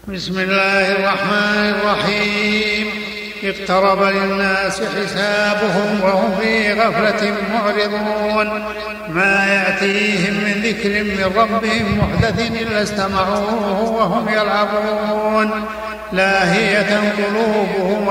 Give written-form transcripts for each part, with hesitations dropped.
بسم الله الرحمن الرحيم. اقترب للناس حسابهم وهم في غفلة معرضون. ما يأتيهم من ذكر من ربهم محدث إلا استمعوه وهم يلعبون. لاهية قلوبهم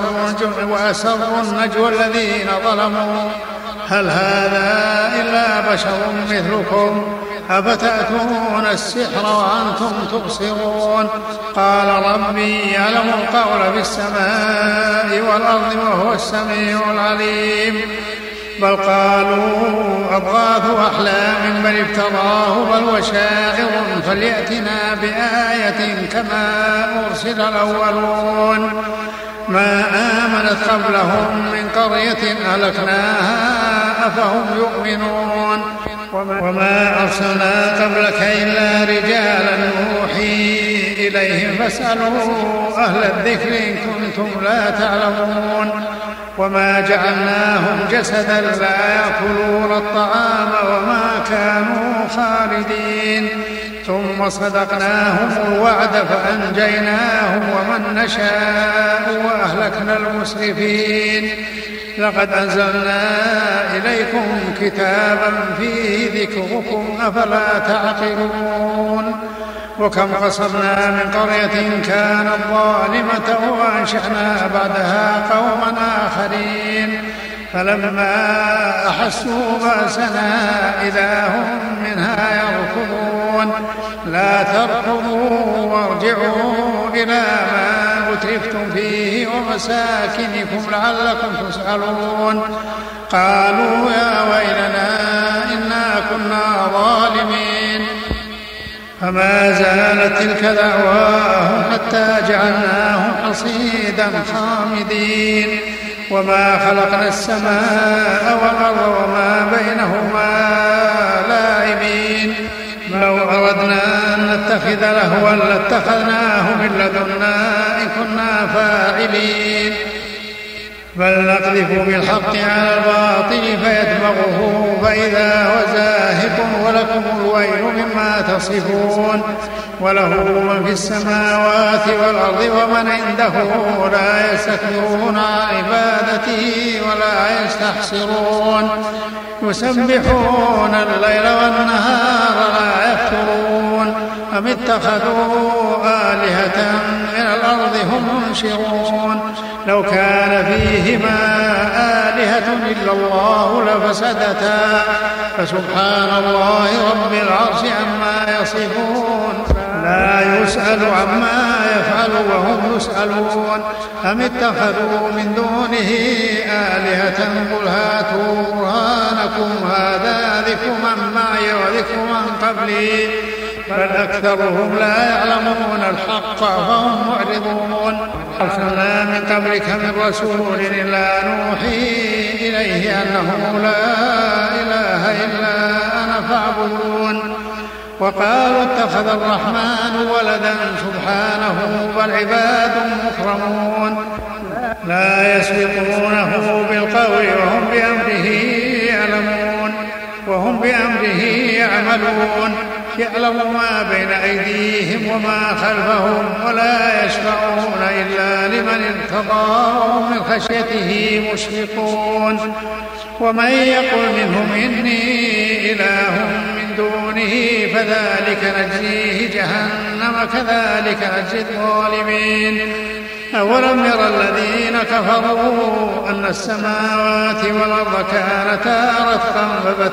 وأسروا النجوى الذين ظلموا هل هذا إلا بشر مثلكم أفتأتون السحر وأنتم تبصرون. قال ربي يعلم القول في السماء والأرض وهو السميع العليم. بل قالوا أضغاث أحلام بل افتراه بل وشاعر فليأتنا بآية كما أرسل الأولون. ما آمنت قبلهم من قرية أهلكناها أفهم يؤمنون. وما أرسلنا قبلك إلا رجالا نوحي إليهم فاسألوا أهل الذكر إن كنتم لا تعلمون. وما جعلناهم جسدا لا يأكلون الطعام وما كانوا خالدين. ثم صدقناهم الوعد فأنجيناهم ومن نشاء وأهلكنا المسرفين. لقد أنزلنا إليكم كتابا فيه ذكركم أفلا تعقلون. وكم قصرنا من قرية كانت ظالمة وأنشأنا بعدها قوما آخرين فلما أحسوا بأسنا إذا هم منها يركضون. لا تركضوا وارجعوا إلى ما أترفتم فيه ومساكنكم لعلكم تسألون. قالوا يا ويلنا إنا كنا ظالمين. فما زالت تلك دعواهم حتى جعلناهم حصيدا خامدين. وما خلقنا السماء والأرض وما بينهما لاعبين. لو أردنا أن نتخذ لهوا لاتخذناه من لدنا إن كنا فاعلين. بل نقذف بالحق على الباطل فيدمغه فإذا هو زاهق ولكم الويل مما تصفون. وله من في السماوات والأرض ومن عنده لا يستكبرون عن عبادته ولا يستحسرون. يسبحون الليل والنهار لا يفترون. أم اتخذوا آلهة من الأرض هم منشرون. لو كان فيهما آلهة إلا الله لفسدتا فسبحان الله رب العرش عما يصفون. لا يسأل عما يفعل وهم يسألون. أم اتخذوا من دونه آلهة قل هاتوا برهانكم هذا ذكر من معي وذكر من قبلي بل أكثرهم لا يعلمون الحق فهم معرضون. أرسلنا من قبلك من رسول إلا نوحي إليه أنه لا إله إلا أنا فاعبدون. وقالوا اتخذ الرحمن ولدا سبحانه بل عباد مكرمون لا يسبقونه بالقول وهم بأمره يعملون. يعلم ما بين أيديهم وما خلفهم ولا يشفعون إلا لمن ارتضى وهم من خشيته مشفقون. ومن يقل منهم إني إله من دونه فذلك نجزيه جهنم كذلك نجزي الظالمين. أولم ير الذين كفروا أن السماوات والأرض كانتا رتقا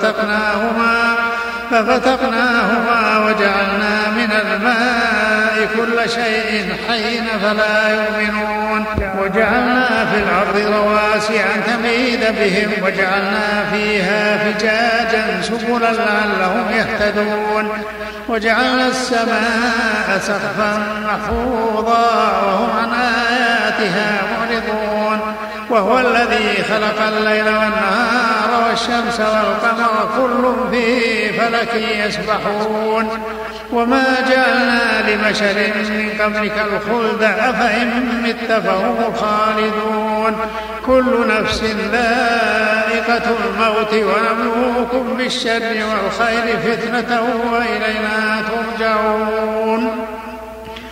ففتقناهما وجعلنا من الماء كل شيء حي فلا يؤمنون. وجعلنا في الأرض رواسي أن تميد بهم وجعلنا فيها فجاجا سبلا لعلهم يهتدون. وجعلنا السماء سقفا محفوظا وهم عن آياتها معرضون. وهو الذي خلق الليل والنهار والشمس والقمر كل في فلك يسبحون. وما جعلنا لبشر من قبلك الخلد أفإن مت فهم الخالدون. كل نفس ذائقة الموت ونبلوكم بالشر والخير فتنة وإلينا ترجعون.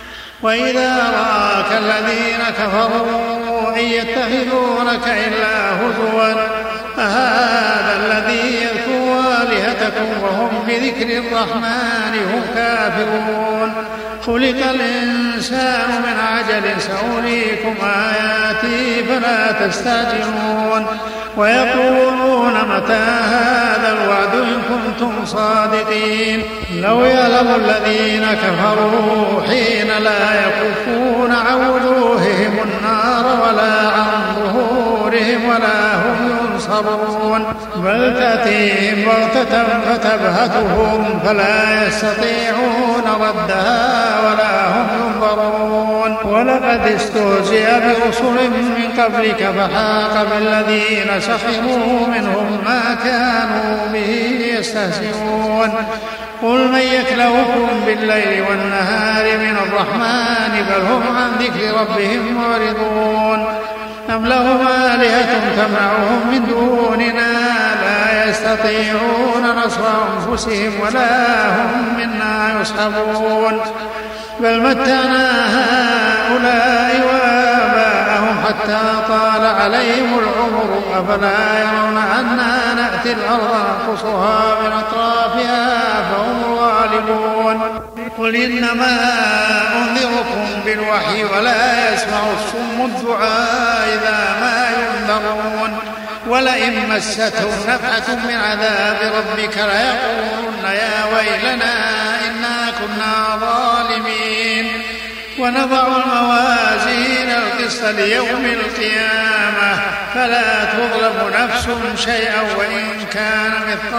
وإذا رآك الذين كفروا إن يتخذونك إلا هزوا أهذا الذي يذكر آلهتكم وهم بذكر الرحمن هم كافرون خلق الإنسان من عجل سأريكم آياتي فلا تستعجلون ويقولون متى هذا الوعد إن كنتم صادقين لو يعلم الذين كفروا حين لا يكفون عن وجوههم النار ولا عن ظهورهم ولا هم ينصرون بل تأتيهم بغتة فتبهتهم فلا يستطيعون ردها ولا هم ينظرون ولقد استهزئ برسل من قبلك فحاق بالذين سخروا منهم ما كانوا به يستهزئون قل من يكلؤكم بالليل والنهار من الرحمن بل هم عن ذكر ربهم معرضون أم لهم آلهة تمنعهم من دوننا لا يستطيعون نصر أنفسهم ولا هم منا يصحبون بل متعنا هؤلاء وآباءهم حتى طال عليهم العمر أفلا يرون أنا نأتي الأرض ننقصها من أطرافها فهم غالبون قل إنما أنذركم بالوحي ولا يسمع الصم الدعاء إذا ما ينذرون ولئن مستهم نفحة من عذاب ربك ليقولن يا ويلنا إنا كنا ظالمين ونضع الموازين القسط ليوم القيامة فلا تظلم نفس شيئا وإن كان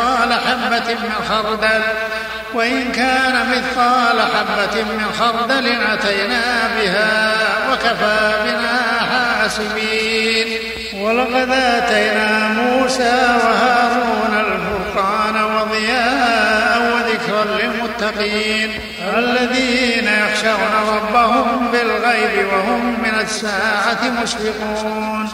مثقال حبة من خردل أتينا بها وكفى بنا حاسبين ولقد آتينا موسى وهارون الفرقان وضياء وذكرا للمتقين الذين يخشون ربهم بالغيب وهم من الساعة مشفقون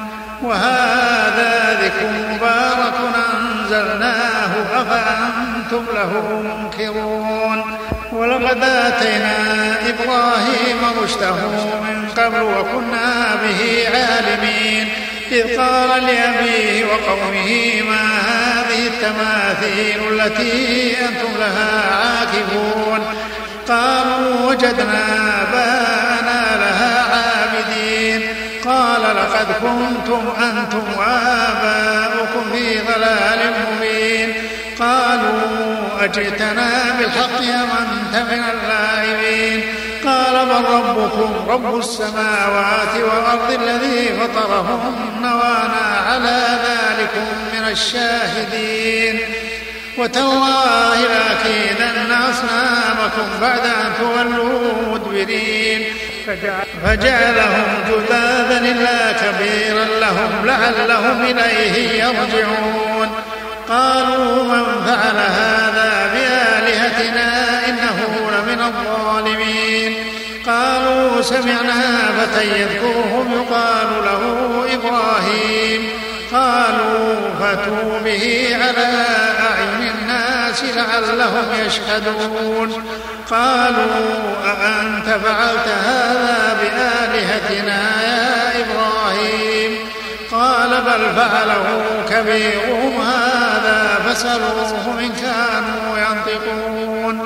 وهذا ذكر مبارك أنزلناه أفأنتم له منكرون ولقد آتينا إبراهيم رشده من قبل وكنا به عالمين إذ قال لأبيه وقومه ما هذه التماثيل التي أنتم لها عاكفون قالوا وجدنا آباءنا لها عابدين قال لقد كنتم أنتم وآباؤكم في ضلال مبين قالوا أجئتنا بالحق أم أنت من اللاعبين قال بل ربكم رب السماوات والأرض الذي فطرهن وأنا على ذلكم من الشاهدين وتالله لأكيدن أصنامكم بعد أن تولوا مدبرين فجعلهم جذاذا إلا كبيرا لهم لعلهم إليه يرجعون قالوا من فعل هذا بآلهتنا إنه لمن الظالمين قالوا سمعنا فتى يذكرهم يقال له إبراهيم قالوا فاتوا به على أعين الناس لعلهم يشهدون قالوا أأنت فعلت هذا بآلهتنا يا إبراهيم قال بل فعله كبيرهم هذا فاسألوهم إن كانوا ينطقون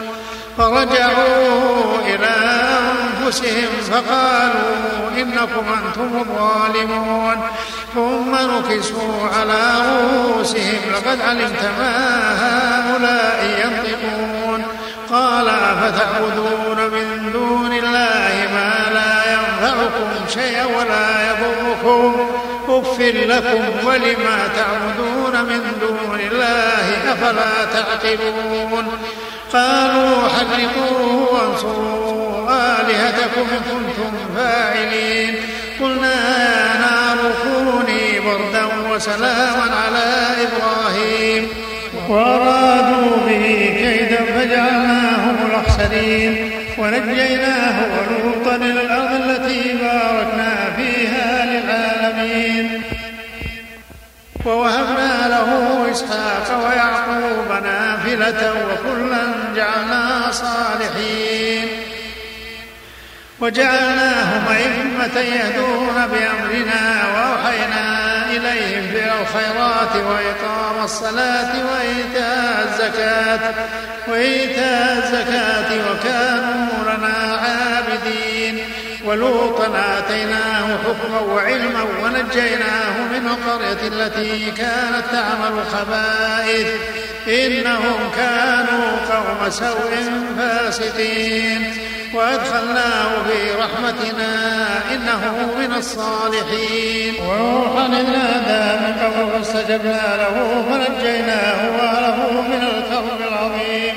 فرجعوا إلى أنفسهم فقالوا إنكم أنتم الظالمون ثم نكسوا على رؤوسهم لقد علمت ما هؤلاء ينطقون قال أفتعبدون من دون الله ما لا ينفعكم شيئا ولا يضركم أف لكم ولما تعبدون من دون الله أفلا تعقلون قالوا حرقوه وانصروا آلهتكم إن كنتم فاعلين قلنا يا نار كوني بردا وسلاما على إبراهيم وأرادوا به كيدا فجعلناهم الأخسرين ونجيناه ولوطا إلى الأرض التي باركنا فيها للعالمين ووهبنا له إسحاق ويعقوب نافلة وكلا جعلنا صالحين وجعلناهم أئمة يهدون بأمرنا وأوحينا إليهم فعل الخيرات وإقام الصلاة وإيتاء الزكاة وكانوا لنا عابدين. ولوطا آتيناه حكما وعلما ونجيناه من القرية التي كانت تعمل الخبائث إنهم كانوا قوم سوء فاسقين. وأدخلناه في رحمتنا إنه من الصالحين. ونوحا إذ نادى من قبل فاستجبنا له فنجيناه وأهله من الكرب العظيم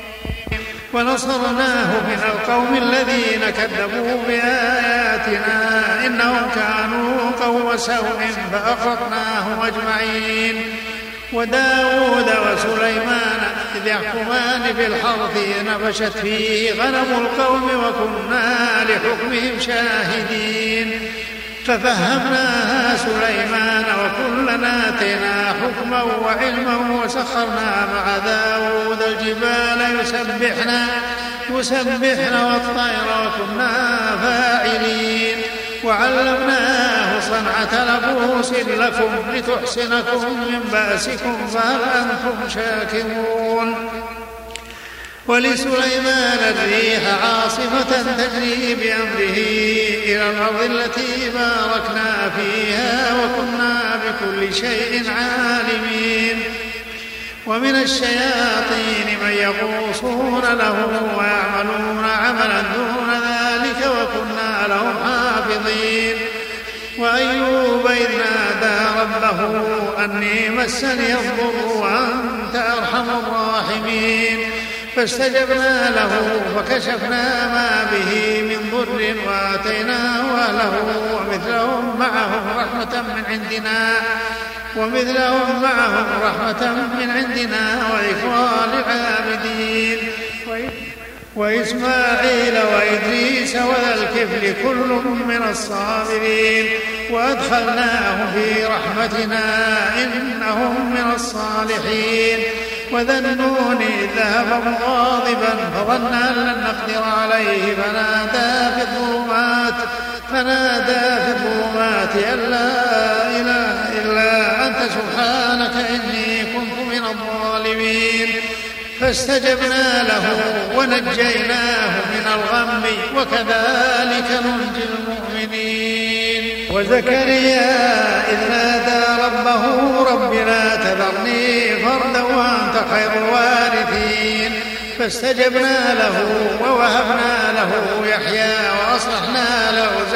ونصرناه من القوم الذين كذبوا بآياتنا إنهم كانوا قوم سوء فأغرقناهم أجمعين. وداود وسليمان إذ يحكمان في الحرث نفشت فيه غنم القوم وكنا لحكمهم شاهدين. ففهمناها سليمان وكلنا آتينا حكما وعلما وسخرنا مع داود الجبال يسبحن والطير وكنا فاعلين. وعلمناه صنعة لبوس لكم لتحسنكم من بأسكم فهل أنتم شاكرون. ولسليمان الريح عاصفة تجري بأمره إلى الأرض التي باركنا فيها وكنا بكل شيء عالمين. ومن الشياطين من يغوصون له ويعملون عملا دون ذلك وكنا لهم حافظين. وأيوب إذ نادى ربه أني مسني الضر وأنت أرحم الراحمين فاستجبنا له فكشفنا ما به من ضر وآتيناه أهله ومثلهم معهم رحمة من عندنا وذكرى للعابدين. وإسماعيل وإدريس وذا الكفل كل من الصابرين وأدخلناهم في رحمتنا إنهم من الصالحين. وذا النون إذ ذهب مغاضبا فظن أن لن نقدر عليه فنادى في الظلمات أن لا إله إلا أنت سبحانك إني كنت من الظالمين. فاستجبنا له ونجيناه من الغم وكذلك ننجي المؤمنين. وزكريا إذ نادى ربه رب لا تذرني فردا وأنت خير الوارثين فاستجبنا له ووهبنا له يحيى وأصلحنا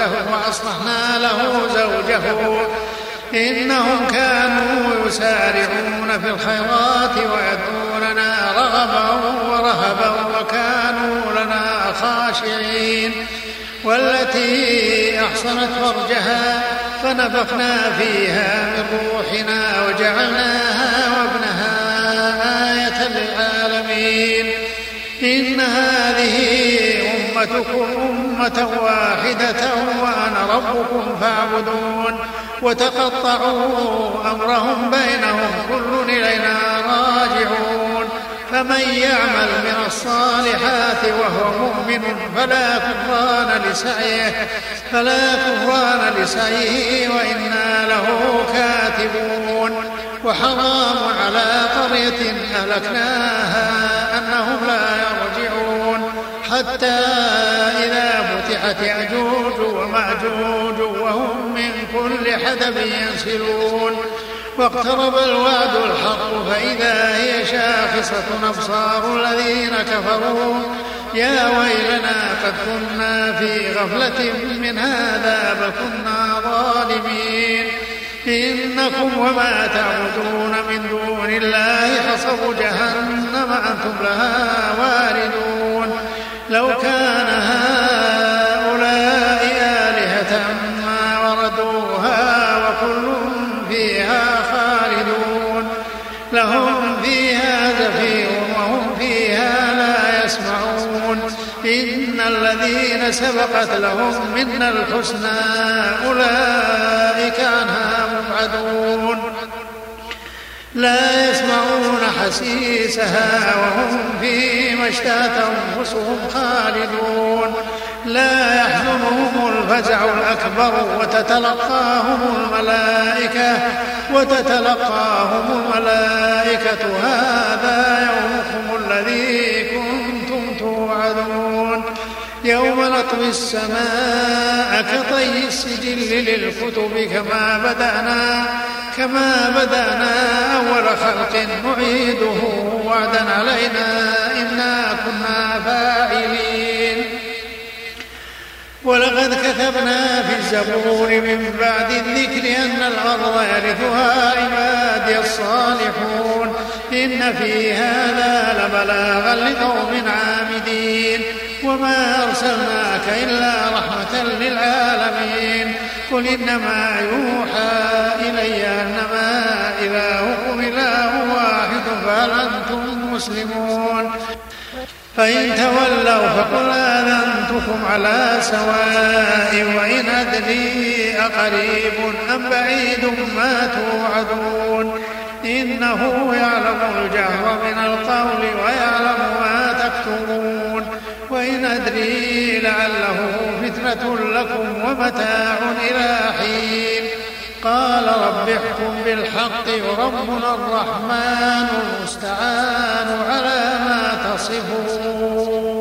له زوجه إنهم كانوا يسارعون في الخيرات ويدعوننا رغبا ورهبا وكانوا لنا خاشعين. والتي أحصنت فرجها فنفخنا فيها من روحنا وجعلناها وابنها آية للعالمين. إن هذه أمتكم أمة واحدة وأنا ربكم فاعبدون. وتقطعوا أمرهم بينهم كل إلينا راجعون. فمن يعمل من الصالحات وهو مؤمن فلا كفران لسعيه وإنا له كاتبون. وحرام على قرية أهلكناها أنهم لا يرجعون حتى إذا فتحت يأجوج ومأجوج وهم من كل حدب ينسلون. واقترب الوعد الحق فإذا هي شاخصة أبصار الذين كفروا يا ويلنا قد كنا في غفلة من هذا بل كنا ظالمين. إنكم وما تعبدون من دون الله حصب جهنم أنتم لها واردون. لو كان هؤلاء آلهة ما وردوها وكل فيها خالدون. لهم فيها زفير وهم فيها لا يسمعون. إن الذين سبقت لهم منا الحسنى أولئك عنها مبعدون. لا يسمعون حسيسها وهم فيما اشتهت أنفسهم خالدون. لا يحزنهم الفزع الأكبر وتتلقاهم الملائكة هذا يومكم الذي كنتم توعدون يوم نطوي السماء كطي السجل للكتب كما بدأنا أول خلق نعيده وعدا علينا إنا كنا فاعلين ولقد كتبنا في الزبور من بعد الذكر أن الأرض يرثها عبادي الصالحون إن في هذا لبلاغا لقوم عابدين وما أرسلناك إلا رحمة للعالمين قل إنما يوحى إلي أنما إلهكم إله واحد فهل أنتم مسلمون فإن تولوا فقل آذنتكم على سواء وإن أدري أقريب أم بعيد ما توعدون إنه يعلم الجهر من القول ويعلم ما تكتمون وإن أدري لعله فتنة لكم ومتاع إلى حين قال رب احكم بالحق وربنا الرحمن المستعان على ما تصفون.